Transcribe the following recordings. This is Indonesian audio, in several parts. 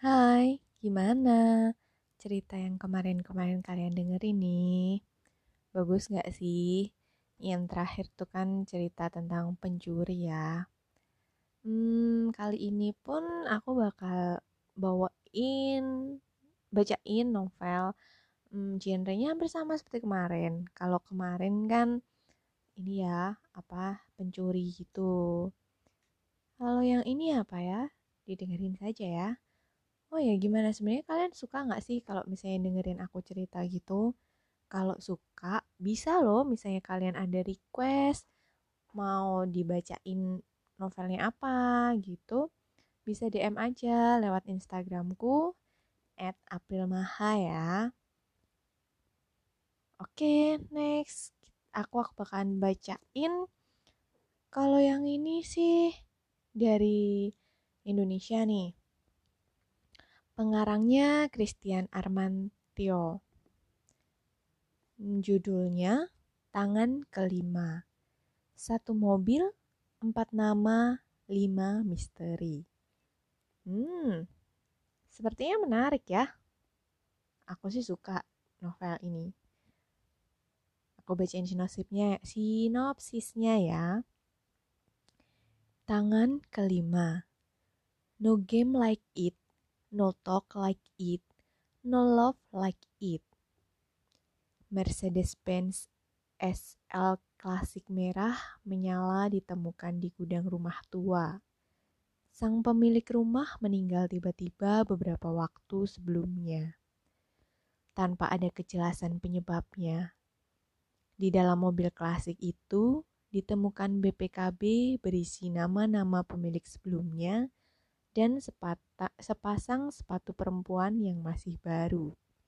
Hai, gimana? Cerita yang kemarin-kemarin kalian dengerin nih. Bagus gak sih? Yang terakhir tuh kan cerita tentang pencuri ya. Kali ini pun aku bakal bawain, bacain novel. Genrenya hampir sama seperti kemarin. Kalau kemarin kan ini ya, pencuri gitu. Kalau yang ini apa ya? Didengerin saja ya. Oh ya, gimana sebenarnya kalian suka nggak sih kalau misalnya dengerin aku cerita gitu? Kalau suka, bisa loh misalnya kalian ada request, mau dibacain novelnya apa gitu, bisa DM aja lewat Instagramku @aprilmaha ya. Oke, next. Aku bakalan bacain. Kalau yang ini sih dari Indonesia nih. Pengarangnya Christian Armantio. Judulnya Tangan Kelima. Satu mobil, 4 nama, 5 misteri. Sepertinya menarik ya. Aku sih suka novel ini. Aku bacain sinopsisnya ya. Tangan Kelima. No game like it, no talk like it, no love like it. Mercedes-Benz SL klasik merah menyala ditemukan di gudang rumah tua. Sang pemilik rumah meninggal tiba-tiba beberapa waktu sebelumnya, tanpa ada kejelasan penyebabnya. Di dalam mobil klasik itu ditemukan BPKB berisi nama-nama pemilik sebelumnya dan sepasang sepatu perempuan yang masih baru.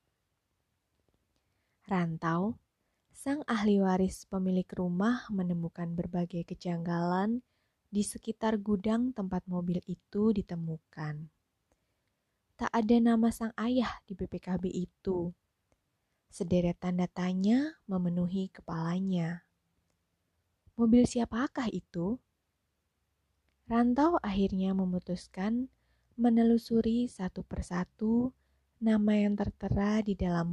Rantau, sang ahli waris pemilik rumah menemukan berbagai kejanggalan di sekitar gudang tempat mobil itu ditemukan. Tak ada nama sang ayah di BPKB itu. Sederet tanda tanya memenuhi kepalanya. Mobil siapakah itu? Rantau akhirnya memutuskan menelusuri satu persatu nama yang tertera di dalam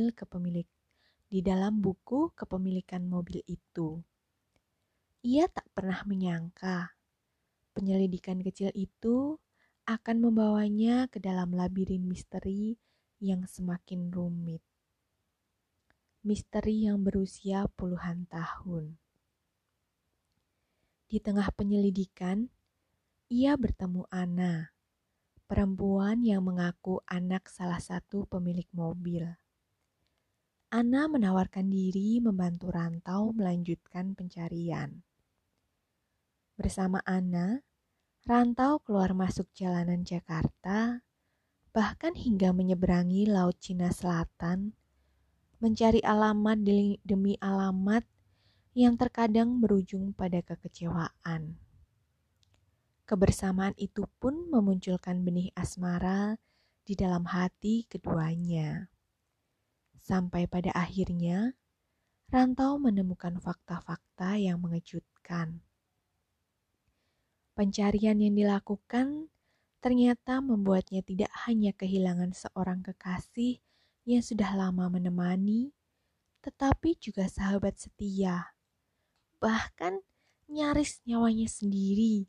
buku kepemilikan mobil itu. Ia tak pernah menyangka penyelidikan kecil itu akan membawanya ke dalam labirin misteri yang semakin rumit. Misteri yang berusia puluhan tahun. Di tengah penyelidikan, ia bertemu Ana, perempuan yang mengaku anak salah satu pemilik mobil. Ana menawarkan diri membantu Rantau melanjutkan pencarian. Bersama Ana, Rantau keluar masuk jalanan Jakarta, bahkan hingga menyeberangi Laut Cina Selatan, mencari alamat demi alamat yang terkadang berujung pada kekecewaan. Kebersamaan itu pun memunculkan benih asmara di dalam hati keduanya. Sampai pada akhirnya, Rantau menemukan fakta-fakta yang mengejutkan. Pencarian yang dilakukan ternyata membuatnya tidak hanya kehilangan seorang kekasih yang sudah lama menemani, tetapi juga sahabat setia, bahkan nyaris nyawanya sendiri.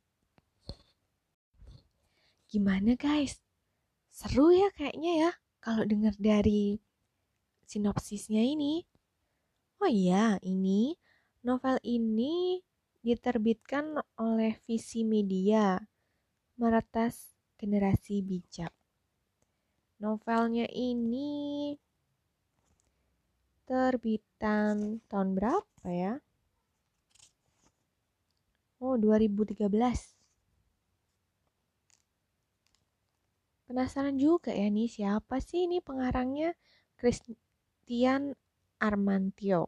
Gimana guys? Seru ya kayaknya ya kalau dengar dari sinopsisnya ini. Oh iya, novel ini diterbitkan oleh Visi Media, Meretas Generasi Bijak. Novelnya ini terbitan tahun berapa ya? Oh, 2013. Penasaran juga ya nih, siapa sih ini pengarangnya? Christian Armantio.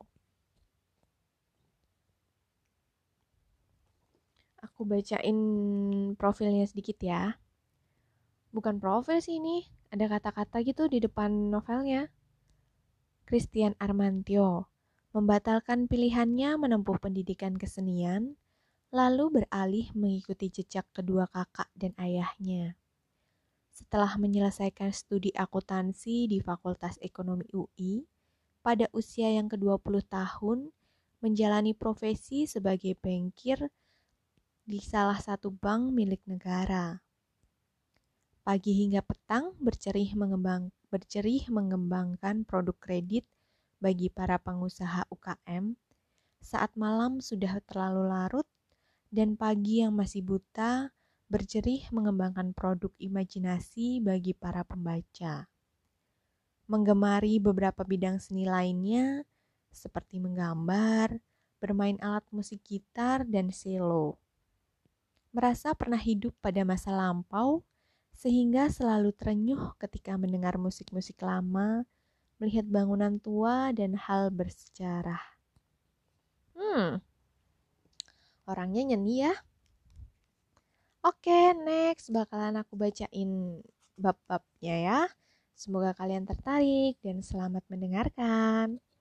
Aku bacain profilnya sedikit ya. Bukan profil sih ini, ada kata-kata gitu di depan novelnya. Christian Armantio membatalkan pilihannya menempuh pendidikan kesenian, lalu beralih mengikuti jejak kedua kakak dan ayahnya. Setelah menyelesaikan studi akuntansi di Fakultas Ekonomi UI, pada usia yang ke-20 tahun, menjalani profesi sebagai bankir di salah satu bank milik negara. Pagi hingga petang bercerih mengembangkan produk kredit bagi para pengusaha UKM. Saat malam sudah terlalu larut dan pagi yang masih buta bercerih mengembangkan produk imajinasi bagi para pembaca. Menggemari beberapa bidang seni lainnya seperti menggambar, bermain alat musik gitar dan cello. Merasa pernah hidup pada masa lampau sehingga selalu terenyuh ketika mendengar musik-musik lama, melihat bangunan tua dan hal bersejarah. Orangnya nyeni ya. Oke, next bakalan aku bacain bab-babnya ya. Semoga kalian tertarik dan selamat mendengarkan.